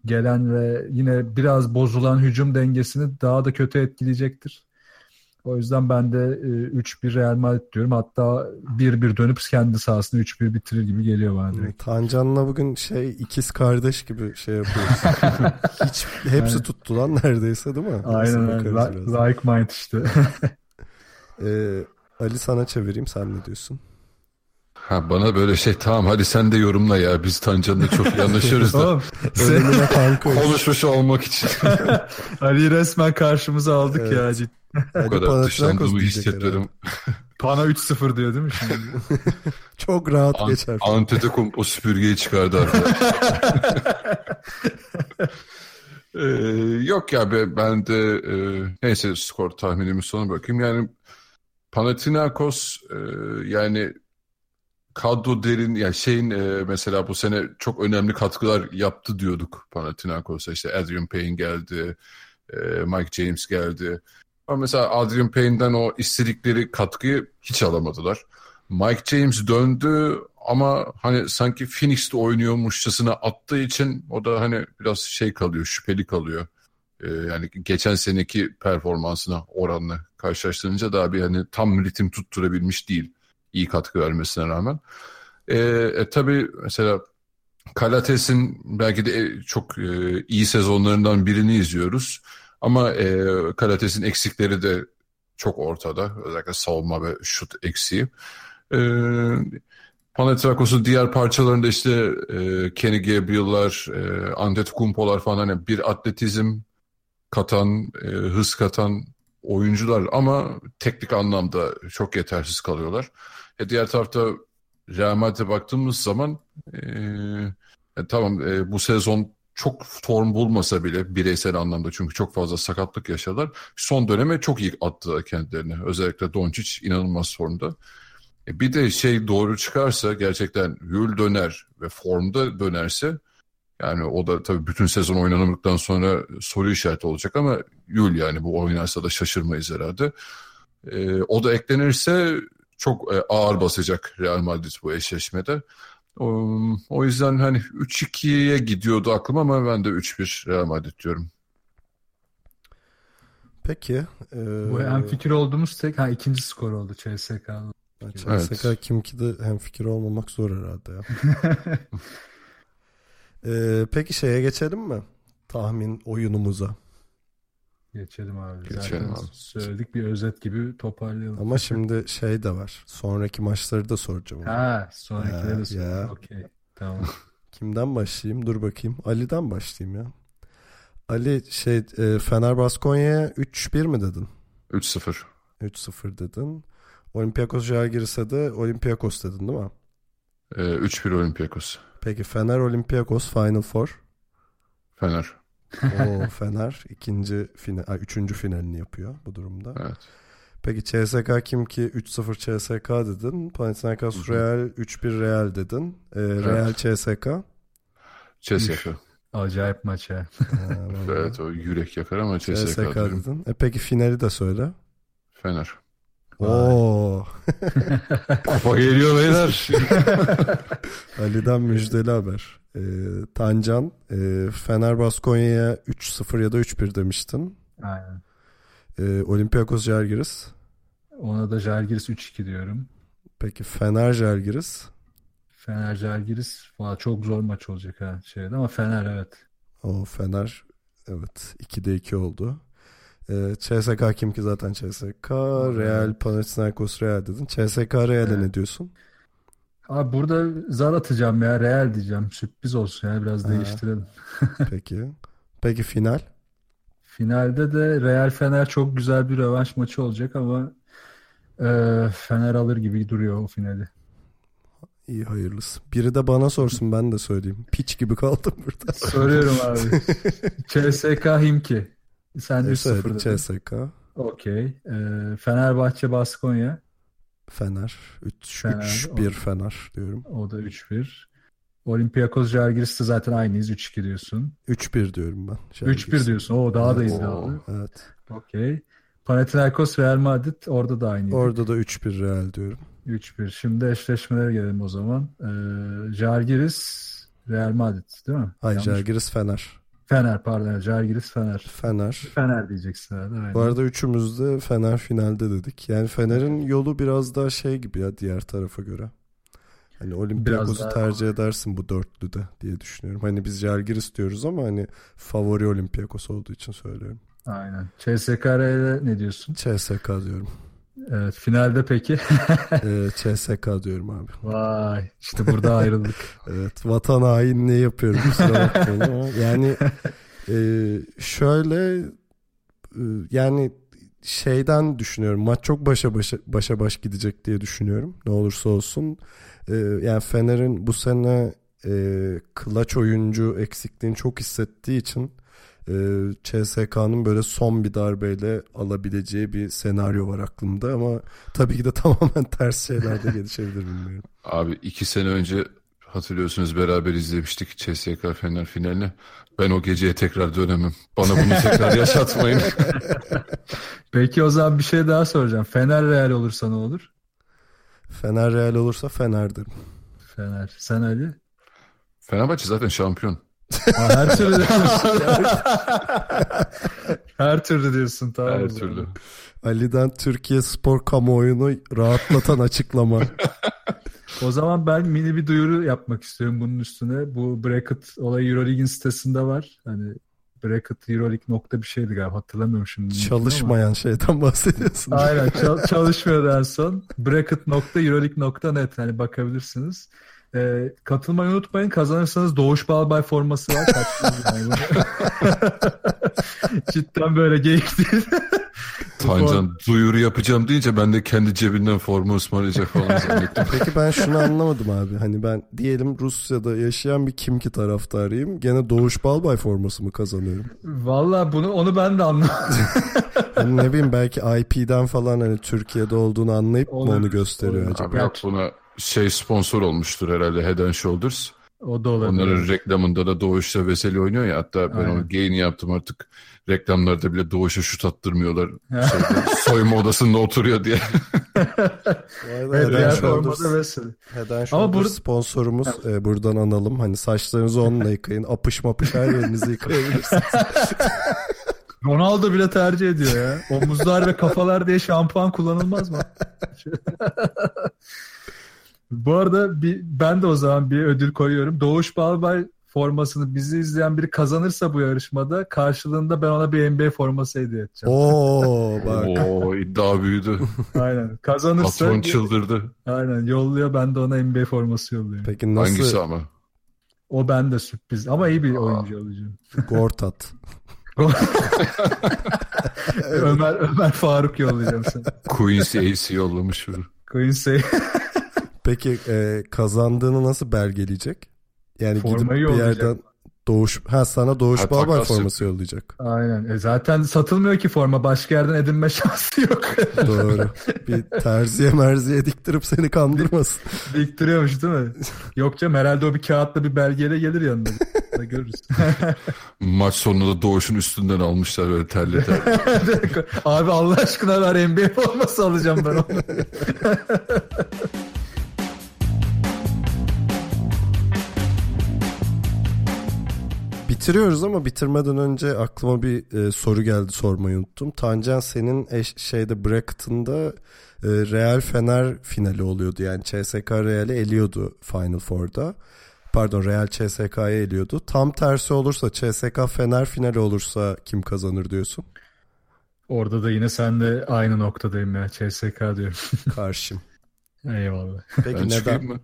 gelen ve yine biraz bozulan hücum dengesini daha da kötü etkileyecektir. O yüzden ben de e, üç bir Real Madrid diyorum. Hatta bir bir dönüp kendi sahasında üç bir bitirir gibi geliyor bana direkt. Tancan'la bugün şey ikiz kardeş gibi şey yapıyoruz. Hiç hepsi Yani, tuttu lan neredeyse değil mi? aynen öyle. Like mind işte. ee, Ali sana çevireyim, sen ne diyorsun? Ha, bana böyle şey tamam hadi sen de yorumla ya, biz Tancan'la çok iyi anlaşıyoruz da. Oğlum, Ölümüne kanka. Konuşmuş olmak için. Ali'yi resmen karşımıza aldık Evet. ya. Cidden. O kadar dışlandığımı hissetmedim. Pana üç sıfır diyor değil mi şimdi? Çok rahat An- geçer. Antetokounmpo süpürgeyi çıkardı arkadaşlar. ee, yok ya be, ben de e, neyse skor tahminimi sona bırakayım. Yani Panathinaikos e, yani kadro derin, yani şeyin e, mesela bu sene çok önemli katkılar yaptı diyorduk Panathinaikos'a. İşte Adrian Payne geldi, e, Mike James geldi. Ama mesela Adrian Payne'den o istedikleri katkıyı hiç alamadılar. Mike James döndü ama hani sanki Phoenix'te oynuyormuşçasına attığı için o da hani biraz şey kalıyor, şüpheli kalıyor. Ee, yani geçen seneki performansına oranla karşılaştırınca daha bir hani tam ritim tutturabilmiş değil, iyi katkı vermesine rağmen. Ee, e, tabii mesela Kalates'in belki de çok e, iyi sezonlarından birini izliyoruz. Ama e, Kalates'in eksikleri de çok ortada. Özellikle savunma ve şut eksiği. E, Panathinaikos'un diğer parçalarında işte e, Kenny Gabriel'lar, e, Antetokounmpo'lar falan, hani bir atletizm katan, e, hız katan oyuncular ama teknik anlamda çok yetersiz kalıyorlar. E, diğer tarafta Real Madrid'e baktığımız zaman e, e, tamam e, bu sezon çok form bulmasa bile bireysel anlamda, çünkü çok fazla sakatlık yaşadılar. Son döneme çok iyi attılar kendilerini. Özellikle Doncic inanılmaz formda. E bir de şey doğru çıkarsa, gerçekten Yul döner ve formda dönerse, yani o da tabii bütün sezon oynanamadıktan sonra soru işareti olacak ama Yul, yani bu oynarsa da şaşırmayız herhalde. E, o da eklenirse çok e, ağır basacak Real Madrid bu eşleşmede. O, o yüzden hani üç ikiye gidiyordu aklım ama ben de üç bir Real Madrid diyorum. Peki. E, Bu hemfikir olduğumuz tek ha ikinci skor oldu C S K'nın. C S K evet. Kimki de hemfikir olmamak zor herhalde ya. e, peki şeye geçelim mi? Tahmin oyunumuza. Geçelim abi. Geçelim Zaten abi. Söyledik, bir özet gibi toparlayalım. Ama şimdi şey de var. Sonraki maçları da soracağım. Ha, sonrakileri de soracağım. Okey. Tamam. Kimden başlayayım? Dur bakayım. Ali'den başlayayım ya. Ali şey e, Fener Baskonya'ya üç bir mi dedin? üç sıfır. üç sıfır dedin. Olympiakos Žalgiris'e de Olympiakos dedin değil mi? Ee, üç bir Olympiakos. Peki Fener Olympiakos Final Four. Fener. Oo, Fener ikinci final, ay, üçüncü finalini yapıyor bu durumda. Evet. Peki C S K Kimki üç sıfır C S K dedin. Panathinaikos Real üç bir Real dedin. Ee, evet. Real C S K. C S K. Acayip maç ya. Evet, o yürek yakar ama C S K, C S K dedin. E peki finali de söyle. Fener. Oo. Kupa geliyor beyler. Ali'den müjdeli haber. Ee, Tancan e, Fener Baskonya'ya üç sıfır ya da üç bir demiştin. Aynen. Ee, Olympiakos Žalgiris. Ona da Žalgiris üç iki diyorum. Peki Fener Žalgiris. Fener Žalgiris valla çok zor maç olacak ha şeyde, ama Fener evet. O Fener evet ikide iki oldu. Ee, C S K Kimki zaten C S K. Real evet. Panathinaikos Real dedin. C S K Real'e evet. Ne diyorsun? Abi burada zar atacağım ya, Real diyeceğim. Sürpriz olsun yani, biraz ha. Değiştirelim. Peki. Peki final? Finalde de Real Fener çok güzel bir rövanş maçı olacak ama e, Fener alır gibi duruyor o finali. İyi, hayırlısı. Biri de bana sorsun, ben de söyleyeyim. Piç gibi kaldım burada. Soruyorum abi. C S K Himki. Sen de üç sıfır dedin. C S K. Okey. E, Fenerbahçe Baskonya. Fener. üç bir Fener diyorum. O da üç bir. Olympiakos Žalgiris'te zaten aynıyız. üç iki diyorsun. üç bir diyorum ben. üç bir diyorsun. O daha da iddialı. Evet. Okey. Panathinaikos Real Madrid, orada da aynıydı. Orada da üç bir Real diyorum. üç bir. Şimdi eşleşmelere gelelim o zaman. Ee, Žalgiris Real Madrid değil mi? Hayır, Žalgiris Fener. Fener pardon. Žalgiris Fener. Fener. Fener diyeceksin herhalde. Aynen. Bu arada üçümüz de Fener finalde dedik. Yani Fener'in yolu biraz daha şey gibi ya diğer tarafa göre. Hani Olympiakos'u daha... tercih edersin bu dörtlüde diye düşünüyorum. Hani biz Žalgiris diyoruz ama hani favori Olympiakos olduğu için söylüyorum. Aynen. C S K R'ye ne diyorsun? C S K diyorum. Evet, finalde peki? ee, C S K diyorum abi. Vay, işte burada ayrıldık. Evet, vatan hainliği yapıyorum. Kusura bakmayın ama yani e, şöyle e, yani şeyden düşünüyorum. Maç çok başa başa başa baş gidecek diye düşünüyorum. Ne olursa olsun. E, yani Fener'in bu sene e, clutch oyuncu eksikliğini çok hissettiği için C S K'nın böyle son bir darbeyle alabileceği bir senaryo var aklımda ama tabii ki de tamamen ters şeyler de gelişebilir bilmiyorum. Abi iki sene önce hatırlıyorsunuz beraber izlemiştik C S K Fener finalini. Ben o geceye tekrar dönemem. Bana bunu tekrar yaşatmayın. Peki o zaman bir şey daha soracağım. Fener Real olursa ne olur? Fener Real olursa Fener derim. Fener. Sen Ali? Fenerbahçe zaten şampiyon. Aa, her türlü her türlü diyorsun tamam. Her türlü. Ali'den Türkiye spor kamuoyunu rahatlatan açıklama. O zaman ben mini bir duyuru yapmak istiyorum bunun üstüne. Bu bracket olayı Euroleague'in sitesinde var. Hani bracket Euroleague nokta bir şeydi galiba, hatırlamıyorum şimdi. Çalışmayan ama şeyden bahsediyorsun. Aynen çal- çalışmıyor en son. bracket nokta euroleague nokta net hani bakabilirsiniz. Ee, katılmayı unutmayın. Kazanırsanız Doğuş Balbay forması var. Yani cidden böyle geyik değil. Tancan duyuru yapacağım deyince ben de kendi cebinden forma ısmarlayacak falan zannettim. Peki ben şunu anlamadım abi. Hani ben diyelim Rusya'da yaşayan bir Kimki taraftarıyım. Gene Doğuş Balbay forması mı kazanıyorum? Vallahi bunu onu ben de anlamadım. Hani ne bileyim belki I P'den falan hani Türkiye'de olduğunu anlayıp Olur, mı onu gösteriyor olur. acaba? Abi yok, buna şey sponsor olmuştur herhalde, Head and Shoulders. O da olabilir. Onların reklamında da Doğuş'ta Veseli oynuyor ya. Hatta ben Aynen. onu gain yaptım artık. Reklamlarda bile Doğuş'a şut attırmıyorlar. Şeyde, soyunma odasında oturuyor diye. Evet, diğer formada Veseli. Head and Ama Shoulders bur- sponsorumuz. E, buradan analım. Hani saçlarınızı onunla yıkayın. Apış mapış her yerinizi yıkayabilirsiniz. Ronaldo bile tercih ediyor ya. Omuzlar ve kafalar diye şampuan kullanılmaz mı? Bu arada bir, ben de o zaman bir ödül koyuyorum. Doğuş Balbay formasını bizi izleyen biri kazanırsa bu yarışmada karşılığında ben ona bir N B A forması hediye edeceğim. Oo bak. Oo, iddia büyüdü. Aynen. Kazanırsa Patron çıldırdı. aynen yolluyor, ben de ona N B A forması yolluyorum. Peki nasıl? Hangisi ama? O ben de sürpriz ama iyi bir oyuncu olacağım. Gortat. Ömer Ömer Faruk yollayacağım sana. Quincy Ace'i yollamış. Quincy. Peki e, kazandığını nasıl belgeleyecek? Yani Formayı gidip bir yollayacak. yerden Doğuş ha sana Doğuş Ha, Balbay takas forması yollayacak. Aynen. E zaten satılmıyor ki forma. Başka yerden edinme şansı yok. Doğru. Bir terziye merziye diktirip seni kandırmasın. Diktiriyormuş değil mi? Yok canım, herhalde o bir kağıtla bir belgeyle gelir yanında. Da görürüz. Maç sonunda da Doğuş'un üstünden almışlar böyle terli terli. Abi Allah aşkına ver, N B A forması alacağım ben onu. Bitiriyoruz ama bitirmeden önce aklıma bir e, soru geldi, sormayı unuttum. Tancan, senin eş, şeyde bracket'ında e, Real Fener finali oluyordu. Yani C S K Real'i eliyordu Final Four'da. Pardon, Real C S K'yı eliyordu. Tam tersi olursa, C S K Fener finali olursa kim kazanır diyorsun? Orada da yine sen de aynı noktadayım ya. C S K diyorum. Karşım. Eyvallah. Peki Ben çıkayım neden? mı?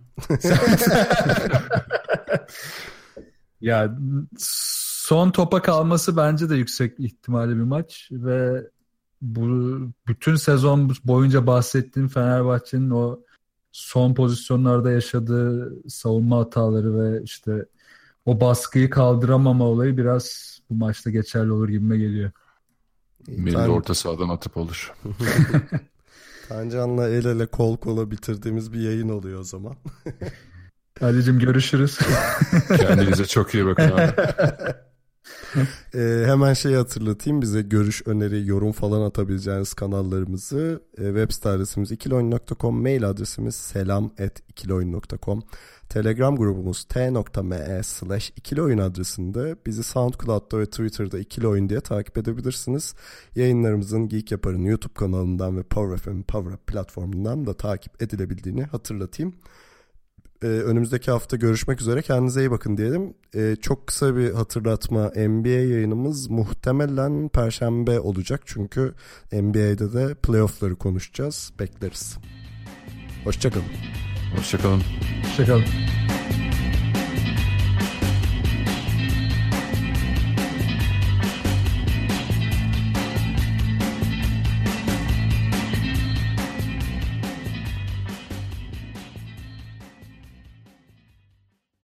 Ya son topa kalması bence de yüksek ihtimali bir maç ve bu bütün sezon boyunca bahsettiğim Fenerbahçe'nin o son pozisyonlarda yaşadığı savunma hataları ve işte o baskıyı kaldıramama olayı biraz bu maçta geçerli olur gibime geliyor. Milli Tan- orta sahadan atıp olur. Tancan'la el ele kol kola bitirdiğimiz bir yayın oluyor o zaman. Ali'cim görüşürüz. Kendinize çok iyi bakın abi. e, hemen şeyi hatırlatayım. Bize görüş, öneri, yorum falan atabileceğiniz kanallarımızı. E, web site adresimiz ikiloyun nokta com, mail adresimiz selam at ikiloyun nokta com. Telegram grubumuz t.me slash ikiloyun adresinde. Bizi SoundCloud'da ve Twitter'da ikiloyun diye takip edebilirsiniz. Yayınlarımızın Geek Yapar'ın YouTube kanalından ve Power F M'in Power Up platformundan da takip edilebildiğini hatırlatayım. Ee, önümüzdeki hafta görüşmek üzere. Kendinize iyi bakın diyelim. Ee, çok kısa bir hatırlatma. N B A yayınımız muhtemelen Perşembe olacak. Çünkü N B A'de de playoff'ları konuşacağız. Bekleriz. Hoşçakalın. Hoşçakalın. Hoşçakalın.